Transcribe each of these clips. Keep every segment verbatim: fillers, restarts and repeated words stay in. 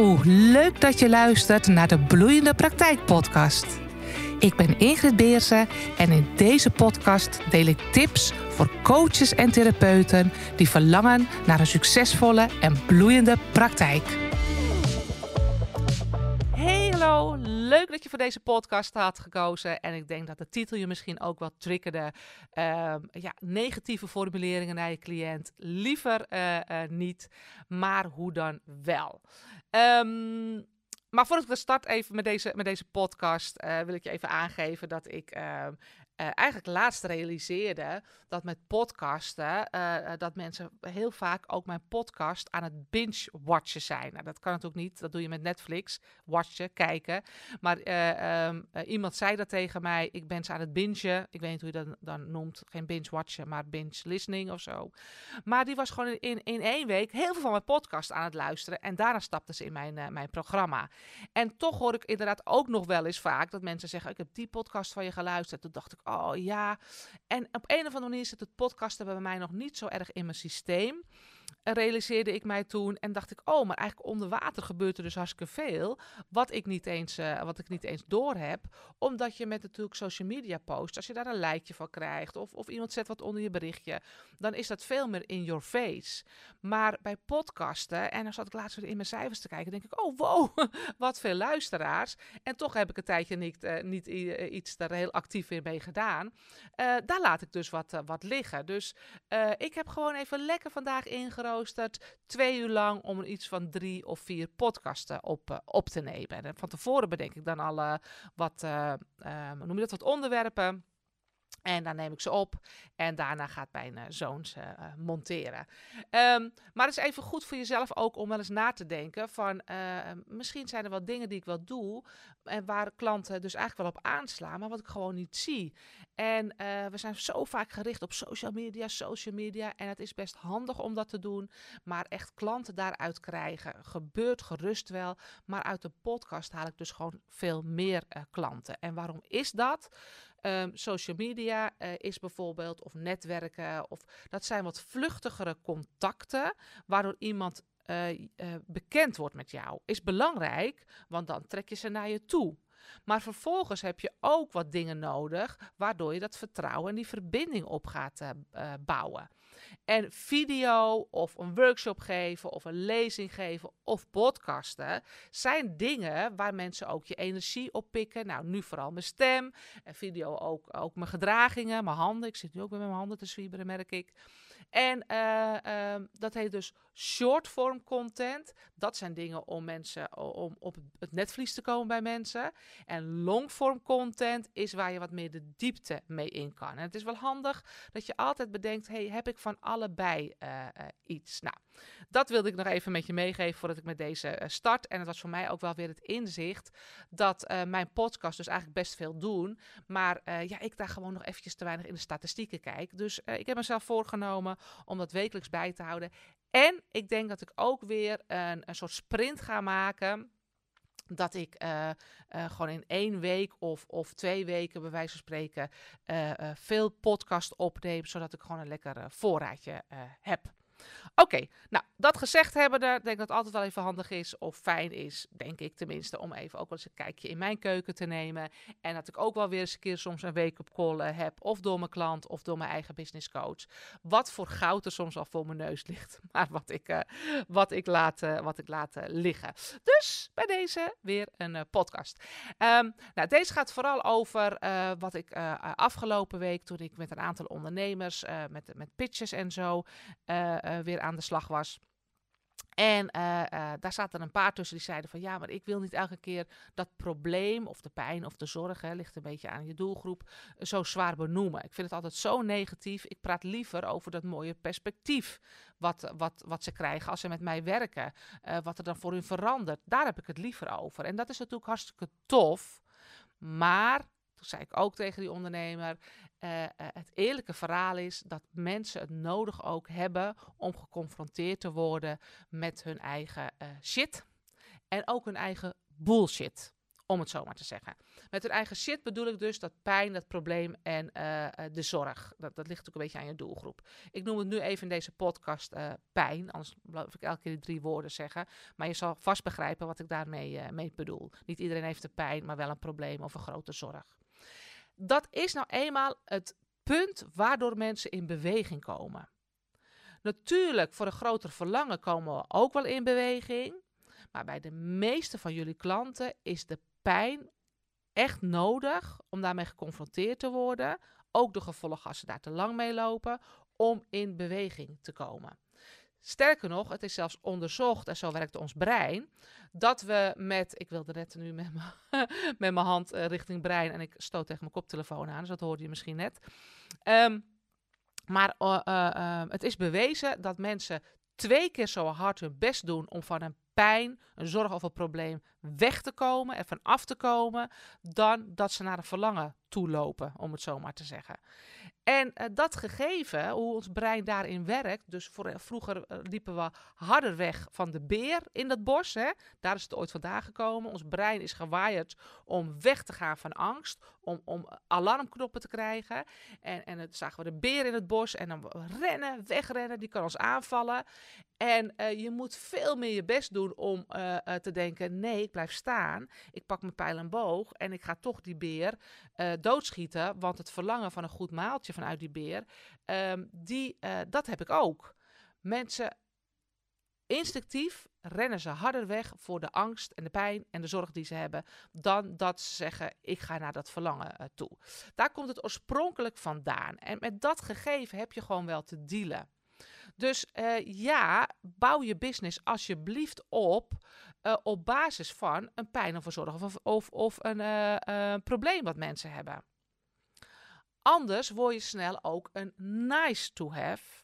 Hallo, leuk dat je luistert naar de Bloeiende Praktijk podcast. Ik ben Ingrid Beersen en in deze podcast deel ik tips voor coaches en therapeuten die verlangen naar een succesvolle en bloeiende praktijk. Hey, hallo, leuk dat je voor deze podcast had gekozen. En ik denk dat de titel je misschien ook wel triggerde. Uh, ja, negatieve formuleringen naar je cliënt. Liever uh, uh, niet, maar hoe dan wel? Um, maar voordat ik start even met deze, met deze podcast, uh, wil ik je even aangeven dat ik uh, uh, eigenlijk laatst realiseerde dat met podcasten, uh, uh, dat mensen heel vaak ook mijn podcast aan het binge-watchen zijn. Nou, dat kan natuurlijk niet, dat doe je met Netflix, watchen, kijken. Maar uh, um, uh, iemand zei dat tegen mij, ik ben ze aan het bingen. Ik weet niet hoe je dat dan noemt, geen binge-watchen, maar binge-listening of zo. Maar die was gewoon in, in één week heel veel van mijn podcast aan het luisteren en daarna stapte ze in mijn, uh, mijn programma. En toch hoor ik inderdaad ook nog wel eens vaak dat mensen zeggen, ik heb die podcast van je geluisterd. Toen dacht ik, oh ja. En op een of andere manier zit het podcasten bij mij nog niet zo erg in mijn systeem. Realiseerde ik mij toen en dacht ik, oh, maar eigenlijk onder water gebeurt er dus hartstikke veel, wat ik niet eens, uh, wat ik niet eens doorheb, omdat je met natuurlijk social media posts, als je daar een likeje van krijgt, of, of iemand zet wat onder je berichtje, dan is dat veel meer in your face. Maar bij podcasten, en dan zat ik laatst weer in mijn cijfers te kijken, denk ik, oh wow, wat veel luisteraars, en toch heb ik een tijdje niet, uh, niet uh, iets daar heel actief weer mee gedaan. Uh, daar laat ik dus wat, uh, wat liggen. Dus uh, ik heb gewoon even lekker vandaag ingeroosterd, twee uur lang om iets van drie of vier podcasten op, uh, op te nemen. En van tevoren bedenk ik dan al uh, wat, uh, uh, noem je dat, wat onderwerpen. En dan neem ik ze op en daarna gaat mijn uh, zoon ze uh, monteren. Um, maar het is even goed voor jezelf ook om wel eens na te denken van uh, misschien zijn er wel dingen die ik wel doe en waar klanten dus eigenlijk wel op aanslaan, maar wat ik gewoon niet zie. En uh, we zijn zo vaak gericht op social media, social media en het is best handig om dat te doen, maar echt klanten daaruit krijgen gebeurt gerust wel, maar uit de podcast haal ik dus gewoon veel meer uh, klanten. En waarom is dat? Um, social media uh, is bijvoorbeeld, of netwerken, of dat zijn wat vluchtigere contacten, waardoor iemand uh, uh, bekend wordt met jou. Is belangrijk, want dan trek je ze naar je toe. Maar vervolgens heb je ook wat dingen nodig, waardoor je dat vertrouwen en die verbinding op gaat uh, uh, bouwen. En video of een workshop geven of een lezing geven of podcasten zijn dingen waar mensen ook je energie op pikken. Nou, nu vooral mijn stem. En video ook, ook mijn gedragingen, mijn handen. Ik zit nu ook met mijn handen te zwieberen, merk ik. En uh, uh, dat heet dus shortform content. Dat zijn dingen om mensen om op het netvlies te komen bij mensen. En longform content is waar je wat meer de diepte mee in kan. En het is wel handig dat je altijd bedenkt, hey, heb ik van allebei uh, uh, iets? Nou, dat wilde ik nog even met je meegeven voordat ik met deze uh, start. En het was voor mij ook wel weer het inzicht dat uh, mijn podcast dus eigenlijk best veel doen. Maar uh, ja, ik daar gewoon nog eventjes te weinig in de statistieken kijk. Dus uh, ik heb mezelf voorgenomen om dat wekelijks bij te houden. En ik denk dat ik ook weer een, een soort sprint ga maken. Dat ik uh, uh, gewoon in één week of, of twee weken, bij wijze van spreken, uh, uh, veel podcast opneem. Zodat ik gewoon een lekker uh, voorraadje uh, heb. Oké, okay, nou, dat gezegd hebbende, denk ik dat het altijd wel even handig is, of fijn is, denk ik tenminste, om even ook wel eens een kijkje in mijn keuken te nemen. En dat ik ook wel weer eens een keer soms een wake-up call uh, heb, of door mijn klant, of door mijn eigen business coach. Wat voor goud er soms al voor mijn neus ligt, maar wat ik, uh, wat ik laat, uh, wat ik laat uh, liggen. Dus bij deze weer een uh, podcast. Um, nou, deze gaat vooral over uh, wat ik uh, afgelopen week, toen ik met een aantal ondernemers, uh, met, met pitches en zo, uh, uh, weer aan de slag was. En uh, uh, daar zaten een paar tussen die zeiden van ja, maar ik wil niet elke keer dat probleem of de pijn of de zorg, hè, ligt een beetje aan je doelgroep, uh, zo zwaar benoemen. Ik vind het altijd zo negatief. Ik praat liever over dat mooie perspectief wat, wat, wat ze krijgen als ze met mij werken. Uh, wat er dan voor hun verandert. Daar heb ik het liever over. En dat is natuurlijk hartstikke tof. Maar, toen zei ik ook tegen die ondernemer, Uh, uh, het eerlijke verhaal is dat mensen het nodig ook hebben om geconfronteerd te worden met hun eigen uh, shit en ook hun eigen bullshit. om het zo maar te zeggen. Met hun eigen shit bedoel ik dus dat pijn, dat probleem en uh, de zorg. Dat, dat ligt ook een beetje aan je doelgroep. Ik noem het nu even in deze podcast uh, pijn, anders blijf ik elke keer die drie woorden zeggen. Maar je zal vast begrijpen wat ik daarmee uh, mee bedoel. Niet iedereen heeft een pijn, maar wel een probleem of een grote zorg. Dat is nou eenmaal het punt waardoor mensen in beweging komen. Natuurlijk, voor een groter verlangen komen we ook wel in beweging. Maar bij de meeste van jullie klanten is de pijn echt nodig om daarmee geconfronteerd te worden. Ook de gevolgen als ze daar te lang mee lopen, om in beweging te komen. Sterker nog, het is zelfs onderzocht, en zo werkt ons brein, dat we met, ik wilde net nu met mijn hand uh, richting brein en ik stoot tegen mijn koptelefoon aan, dus dat hoorde je misschien net. Um, maar uh, uh, uh, het is bewezen dat mensen twee keer zo hard hun best doen om van een pijn, een zorg of een probleem weg te komen, er van af te komen, dan dat ze naar een verlangen toe lopen, om het zo maar te zeggen. En uh, dat gegeven, hoe ons brein daarin werkt, dus voor, vroeger uh, liepen we harder weg van de beer in dat bos, hè? Daar is het ooit vandaan gekomen. Ons brein is gewired om weg te gaan van angst, om, om alarmknoppen te krijgen. En, en het zagen we de beer in het bos en dan rennen, wegrennen, die kan ons aanvallen. En uh, je moet veel meer je best doen om uh, uh, te denken, nee, ik blijf staan, ik pak mijn pijl en boog en ik ga toch die beer uh, doodschieten, want het verlangen van een goed maaltje vanuit die beer, um, die, uh, dat heb ik ook. Mensen, instinctief rennen ze harder weg voor de angst en de pijn en de zorg die ze hebben, dan dat ze zeggen, ik ga naar dat verlangen uh, toe. Daar komt het oorspronkelijk vandaan. En met dat gegeven heb je gewoon wel te dealen. Dus uh, ja, bouw je business alsjeblieft op uh, op basis van een pijn of een zorg of, of, of een uh, uh, probleem wat mensen hebben. Anders word je snel ook een nice to have.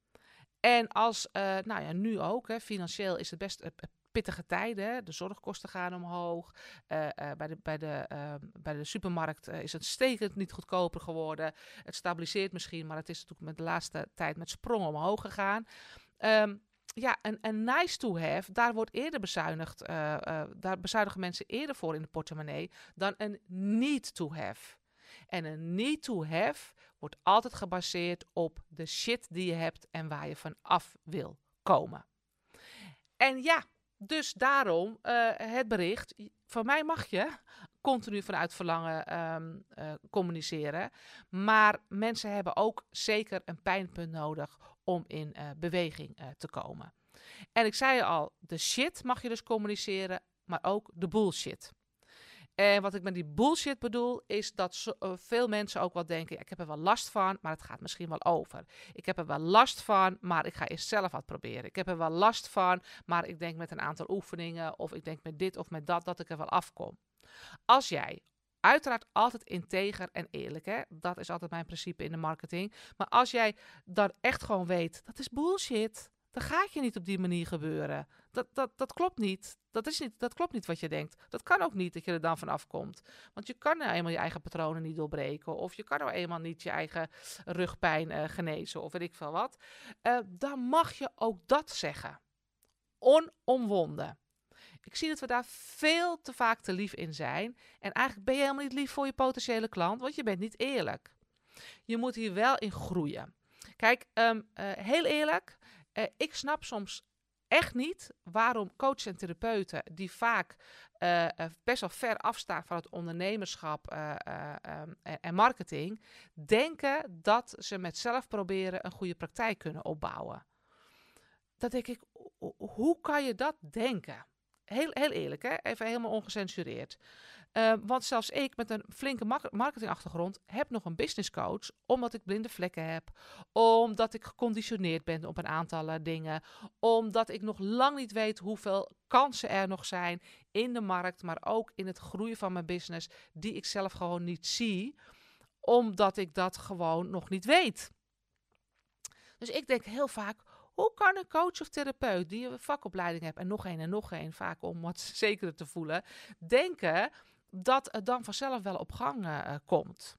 En als, uh, nou ja, nu ook, hè, financieel is het best uh, pittige tijden. Hè? De zorgkosten gaan omhoog. Uh, uh, bij, de, bij, de, uh, bij de supermarkt uh, is het stekend niet goedkoper geworden. Het stabiliseert misschien, maar het is natuurlijk met de laatste tijd met sprongen omhoog gegaan. Um, ja, een, een nice to have, daar wordt eerder bezuinigd. Uh, uh, daar bezuinigen mensen eerder voor in de portemonnee dan een need to have. En een need to have wordt altijd gebaseerd op de shit die je hebt en waar je van af wil komen. En ja, dus daarom uh, het bericht, van mij mag je continu vanuit verlangen um, uh, communiceren. Maar mensen hebben ook zeker een pijnpunt nodig om in uh, beweging uh, te komen. En ik zei al, de shit mag je dus communiceren, maar ook de bullshit. En wat ik met die bullshit bedoel, is dat zo, uh, veel mensen ook wel denken, ik heb er wel last van, maar het gaat misschien wel over. Ik heb er wel last van, maar ik ga eerst zelf wat proberen. Ik heb er wel last van, maar ik denk met een aantal oefeningen, of ik denk met dit of met dat, dat ik er wel afkom. Als jij, uiteraard altijd integer en eerlijk, hè? Dat is altijd mijn principe in de marketing. Maar als jij dan echt gewoon weet, dat is bullshit, dan gaat je niet op die manier gebeuren. Dat, dat, dat klopt niet. Dat, is niet. dat klopt niet wat je denkt. Dat kan ook niet dat je er dan van afkomt. Want je kan nou eenmaal je eigen patronen niet doorbreken. Of je kan nou eenmaal niet je eigen rugpijn uh, genezen. Of weet ik veel wat. Uh, dan mag je ook dat zeggen. Onomwonden. Ik zie dat we daar veel te vaak te lief in zijn. En eigenlijk ben je helemaal niet lief voor je potentiële klant. Want je bent niet eerlijk. Je moet hier wel in groeien. Kijk, um, uh, heel eerlijk. Uh, ik snap soms echt niet waarom coaches en therapeuten die vaak uh, best wel ver afstaan van het ondernemerschap uh, uh, um, en marketing, denken dat ze met zelf proberen een goede praktijk kunnen opbouwen. Dat denk ik, hoe kan je dat denken? Heel, heel eerlijk, hè? Even helemaal ongecensureerd. Uh, want zelfs ik met een flinke marketingachtergrond heb nog een business coach, omdat ik blinde vlekken heb, omdat ik geconditioneerd ben op een aantal uh, dingen, omdat ik nog lang niet weet hoeveel kansen er nog zijn in de markt, maar ook in het groeien van mijn business, die ik zelf gewoon niet zie, omdat ik dat gewoon nog niet weet. Dus ik denk heel vaak, hoe kan een coach of therapeut die een vakopleiding heeft en nog één en nog één, vaak om wat zekerder te voelen, denken dat het dan vanzelf wel op gang uh, komt?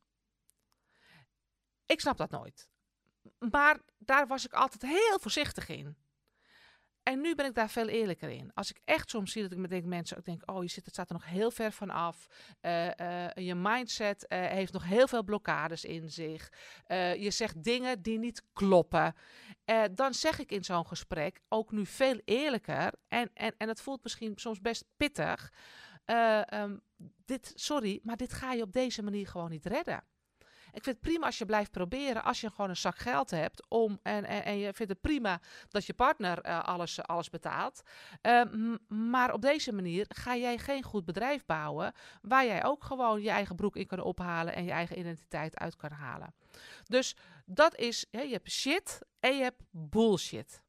Ik snap dat nooit. Maar daar was ik altijd heel voorzichtig in. En nu ben ik daar veel eerlijker in. Als ik echt soms zie dat ik met denk, mensen ook denk, oh, je zit, het staat er nog heel ver van af. Uh, uh, je mindset uh, heeft nog heel veel blokkades in zich. Uh, je zegt dingen die niet kloppen. Uh, dan zeg ik in zo'n gesprek ook nu veel eerlijker. En, en, en het voelt misschien soms best pittig. Uh, um, dit, sorry, maar dit ga je op deze manier gewoon niet redden. Ik vind het prima als je blijft proberen, als je gewoon een zak geld hebt om en, en, en je vindt het prima dat je partner uh, alles, alles betaalt. Uh, m- maar op deze manier ga jij geen goed bedrijf bouwen waar jij ook gewoon je eigen broek in kan ophalen en je eigen identiteit uit kan halen. Dus dat is, hè, je hebt shit en je hebt bullshit.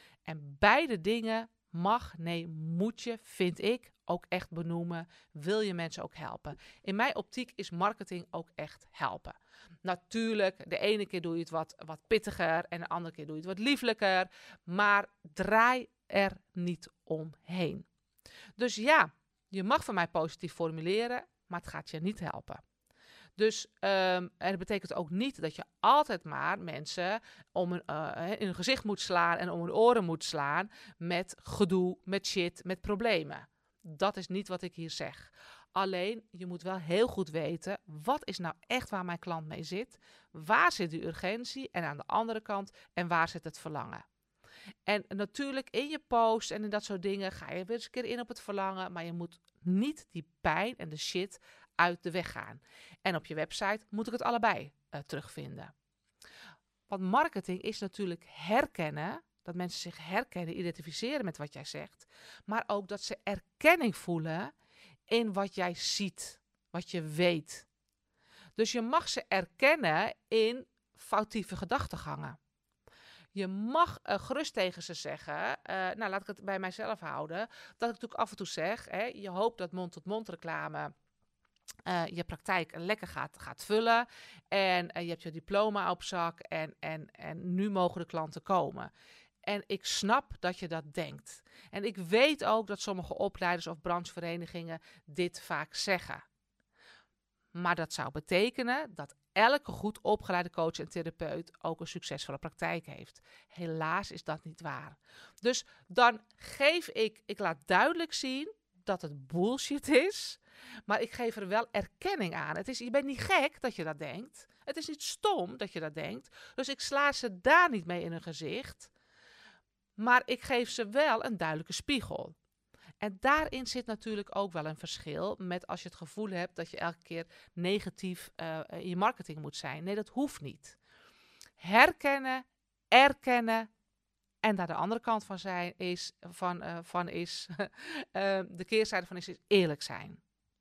En beide dingen mag, nee, moet je, vind ik, ook echt benoemen. Wil je mensen ook helpen? In mijn optiek is marketing ook echt helpen. Natuurlijk, de ene keer doe je het wat, wat pittiger en de andere keer doe je het wat lieflijker. Maar draai er niet omheen. Dus ja, je mag van mij positief formuleren, maar het gaat je niet helpen. Dus, um, en dat betekent ook niet dat je altijd maar mensen om een, uh, in hun gezicht moet slaan en om hun oren moet slaan met gedoe, met shit, met problemen. Dat is niet wat ik hier zeg. Alleen, je moet wel heel goed weten, wat is nou echt waar mijn klant mee zit? Waar zit die urgentie? En aan de andere kant, en waar zit het verlangen? En natuurlijk in je post en in dat soort dingen ga je weer eens een keer in op het verlangen, maar je moet niet die pijn en de shit uit de weg gaan. En op je website moet ik het allebei uh, terugvinden. Want marketing is natuurlijk herkennen, dat mensen zich herkennen, identificeren met wat jij zegt, maar ook dat ze erkenning voelen in wat jij ziet, wat je weet. Dus je mag ze erkennen in foutieve gedachtegangen. Je mag uh, gerust tegen ze zeggen, uh, nou laat ik het bij mijzelf houden, dat ik natuurlijk af en toe zeg, hè, je hoopt dat mond-tot-mond reclame Uh, je praktijk lekker gaat, gaat vullen en uh, je hebt je diploma op zak en, en, en nu mogen de klanten komen. En ik snap dat je dat denkt. En ik weet ook dat sommige opleiders of brancheverenigingen dit vaak zeggen. Maar dat zou betekenen dat elke goed opgeleide coach en therapeut ook een succesvolle praktijk heeft. Helaas is dat niet waar. Dus dan geef ik, ik laat duidelijk zien dat het bullshit is, maar ik geef er wel erkenning aan. Het is, je bent niet gek dat je dat denkt. Het is niet stom dat je dat denkt. Dus ik sla ze daar niet mee in hun gezicht. Maar ik geef ze wel een duidelijke spiegel. En daarin zit natuurlijk ook wel een verschil met als je het gevoel hebt dat je elke keer negatief uh, in je marketing moet zijn. Nee, dat hoeft niet. Herkennen, erkennen. En daar de andere kant van, zijn, is, van, uh, van is, uh, de keerzijde van is, is eerlijk zijn.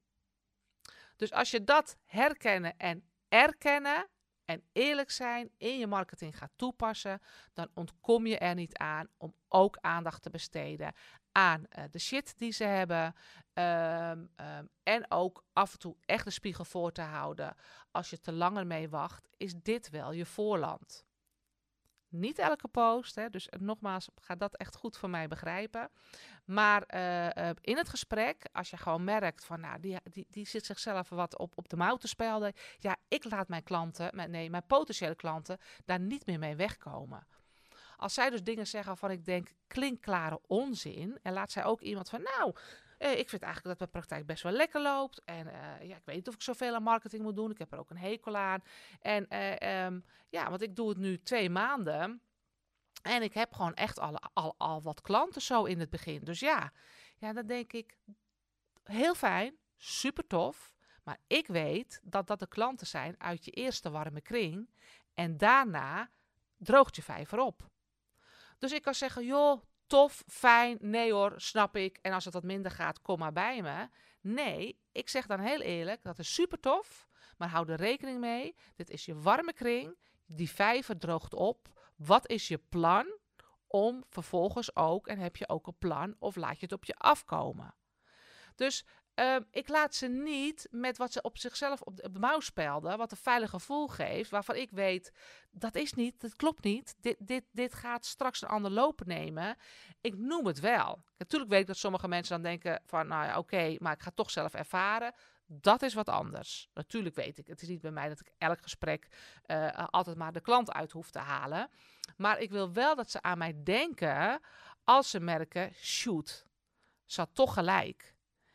Dus als je dat herkennen en erkennen en eerlijk zijn in je marketing gaat toepassen, dan ontkom je er niet aan om ook aandacht te besteden aan uh, de shit die ze hebben. Um, um, en ook af en toe echt de spiegel voor te houden. Als je te langer mee wacht, is dit wel je voorland. Niet elke post, hè, dus nogmaals, ga dat echt goed voor mij begrijpen. Maar uh, uh, in het gesprek, als je gewoon merkt van, nou, die, die, die zit zichzelf wat op, op de mouw te spelden. Ja, ik laat mijn klanten, mijn, nee, mijn potentiële klanten, daar niet meer mee wegkomen. Als zij dus dingen zeggen waarvan ik denk, klinkklare onzin. En laat zij ook iemand van, nou, eh, ik vind eigenlijk dat mijn praktijk best wel lekker loopt. En uh, ja, ik weet niet of ik zoveel aan marketing moet doen. Ik heb er ook een hekel aan. En uh, um, ja, want ik doe het nu twee maanden. En ik heb gewoon echt al, al, al wat klanten zo in het begin. Dus ja, ja, dan denk ik, heel fijn, super tof. Maar ik weet dat dat de klanten zijn uit je eerste warme kring. En daarna droogt je vijver op. Dus ik kan zeggen, joh, tof, fijn, nee hoor, snap ik. En als het wat minder gaat, kom maar bij me. Nee, ik zeg dan heel eerlijk, dat is super tof. Maar hou er rekening mee, dit is je warme kring. Die vijver droogt op. Wat is je plan om vervolgens ook, en heb je ook een plan, of laat je het op je afkomen? Dus uh, ik laat ze niet met wat ze op zichzelf op de, op de mouw spelden, wat een veilig gevoel geeft, waarvan ik weet, dat is niet, dat klopt niet, dit, dit, dit gaat straks een ander lopen nemen. Ik noem het wel. Natuurlijk weet ik dat sommige mensen dan denken van, nou ja, oké, okay, maar ik ga het toch zelf ervaren. Dat is wat anders. Natuurlijk weet ik, het is niet bij mij dat ik elk gesprek uh, altijd maar de klant uit hoef te halen. Maar ik wil wel dat ze aan mij denken als ze merken, shoot, ze had toch gelijk.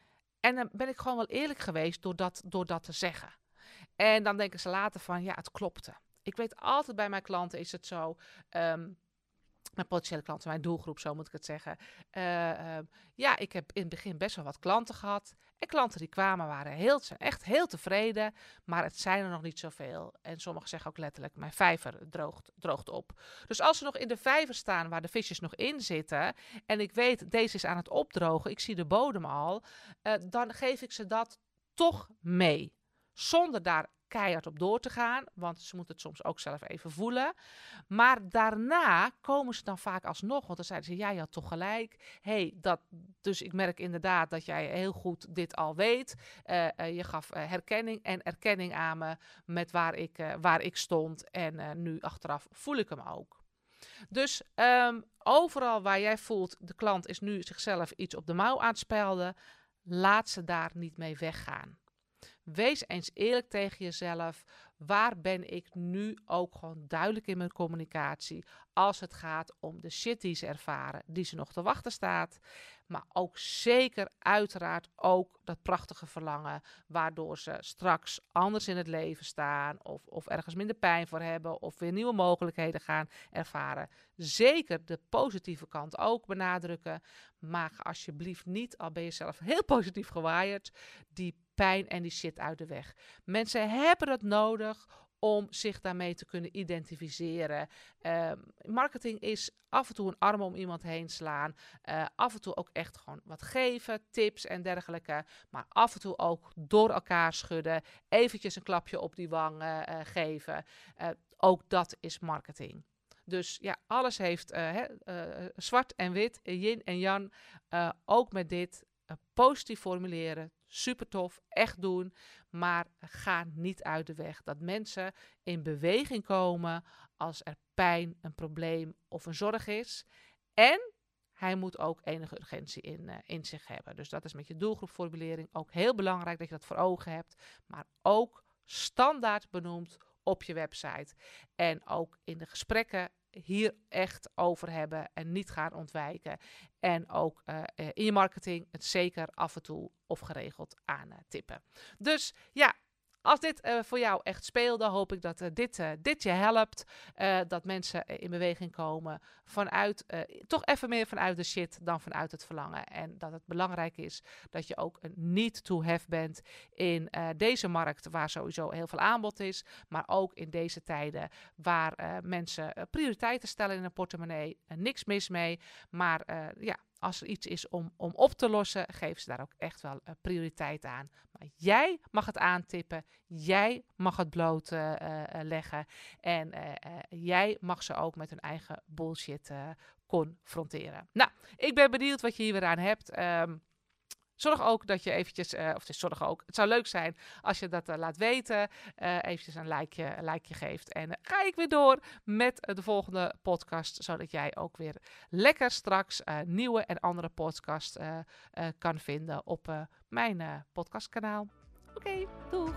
En dan ben ik gewoon wel eerlijk geweest door dat, door dat te zeggen. En dan denken ze later van, ja, het klopte. Ik weet altijd bij mijn klanten is het zo... Um, mijn potentiële klanten, mijn doelgroep, zo moet ik het zeggen. Uh, uh, ja, ik heb in het begin best wel wat klanten gehad. En klanten die kwamen waren heel, zijn echt heel tevreden. Maar het zijn er nog niet zoveel. En sommigen zeggen ook letterlijk, mijn vijver droogt, droogt op. Dus als ze nog in de vijver staan waar de visjes nog in zitten... en ik weet, deze is aan het opdrogen, ik zie de bodem al... Uh, dan geef ik ze dat toch mee. Zonder daar keihard op door te gaan, want ze moeten het soms ook zelf even voelen. Maar daarna komen ze dan vaak alsnog, want dan zeiden ze, ja, je had toch gelijk. Hey, dat, dus ik merk inderdaad dat jij heel goed dit al weet. Uh, uh, je gaf uh, herkenning en erkenning aan me met waar ik, uh, waar ik stond. En uh, nu achteraf voel ik hem ook. Dus um, overal waar jij voelt, de klant is nu zichzelf iets op de mouw aan het spelden, laat ze daar niet mee weggaan. Wees eens eerlijk tegen jezelf. Waar ben ik nu ook gewoon duidelijk in mijn communicatie als het gaat om de shit die ze ervaren, die ze nog te wachten staat. Maar ook zeker uiteraard ook dat prachtige verlangen waardoor ze straks anders in het leven staan of, of ergens minder pijn voor hebben of weer nieuwe mogelijkheden gaan ervaren. Zeker de positieve kant ook benadrukken. Maar alsjeblieft niet, al ben je zelf heel positief gewaaid, die pijn en die shit uit de weg. Mensen hebben het nodig om zich daarmee te kunnen identificeren. Uh, marketing is af en toe een arm om iemand heen slaan. Uh, af en toe ook echt gewoon wat geven, tips en dergelijke. Maar af en toe ook door elkaar schudden. Eventjes een klapje op die wang uh, uh, geven. Uh, ook dat is marketing. Dus ja, alles heeft uh, he, uh, zwart en wit, yin en yang. Uh, ook met dit uh, positief formuleren. Super tof, echt doen, maar ga niet uit de weg. Dat mensen in beweging komen als er pijn, een probleem of een zorg is. En hij moet ook enige urgentie in, uh, in zich hebben. Dus dat is met je doelgroepformulering ook heel belangrijk dat je dat voor ogen hebt. Maar ook standaard benoemd op je website. En ook in de gesprekken hier echt over hebben en niet gaan ontwijken. En ook uh, in je marketing het zeker af en toe of geregeld aantippen. Dus ja, als dit uh, voor jou echt speelde, hoop ik dat uh, dit, uh, dit je helpt. Uh, dat mensen uh, in beweging komen vanuit, uh, toch even meer vanuit de shit dan vanuit het verlangen. En dat het belangrijk is dat je ook een need to have bent in uh, deze markt waar sowieso heel veel aanbod is. Maar ook in deze tijden waar uh, mensen uh, prioriteiten stellen in een portemonnee. Uh, niks mis mee, maar uh, ja. Als er iets is om, om op te lossen, geef ze daar ook echt wel uh, prioriteit aan. Maar jij mag het aantippen. Jij mag het bloot uh, uh, leggen. En uh, uh, jij mag ze ook met hun eigen bullshit uh, confronteren. Nou, ik ben benieuwd wat je hier weer aan hebt. Um, Zorg ook dat je eventjes, uh, of zorg ook, het zou leuk zijn als je dat uh, laat weten. Uh, eventjes een likeje, een likeje geeft. En uh, ga ik weer door met uh, de volgende podcast. Zodat jij ook weer lekker straks uh, nieuwe en andere podcasts uh, uh, kan vinden op uh, mijn uh, podcastkanaal. Oké, okay, doeg!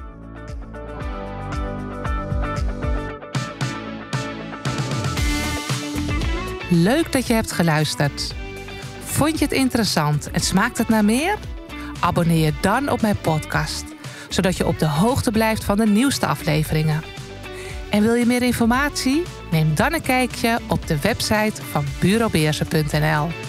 Leuk dat je hebt geluisterd. Vond je het interessant en smaakt het naar meer? Abonneer je dan op mijn podcast, zodat je op de hoogte blijft van de nieuwste afleveringen. En wil je meer informatie? Neem dan een kijkje op de website van bureau beheersen punt n l.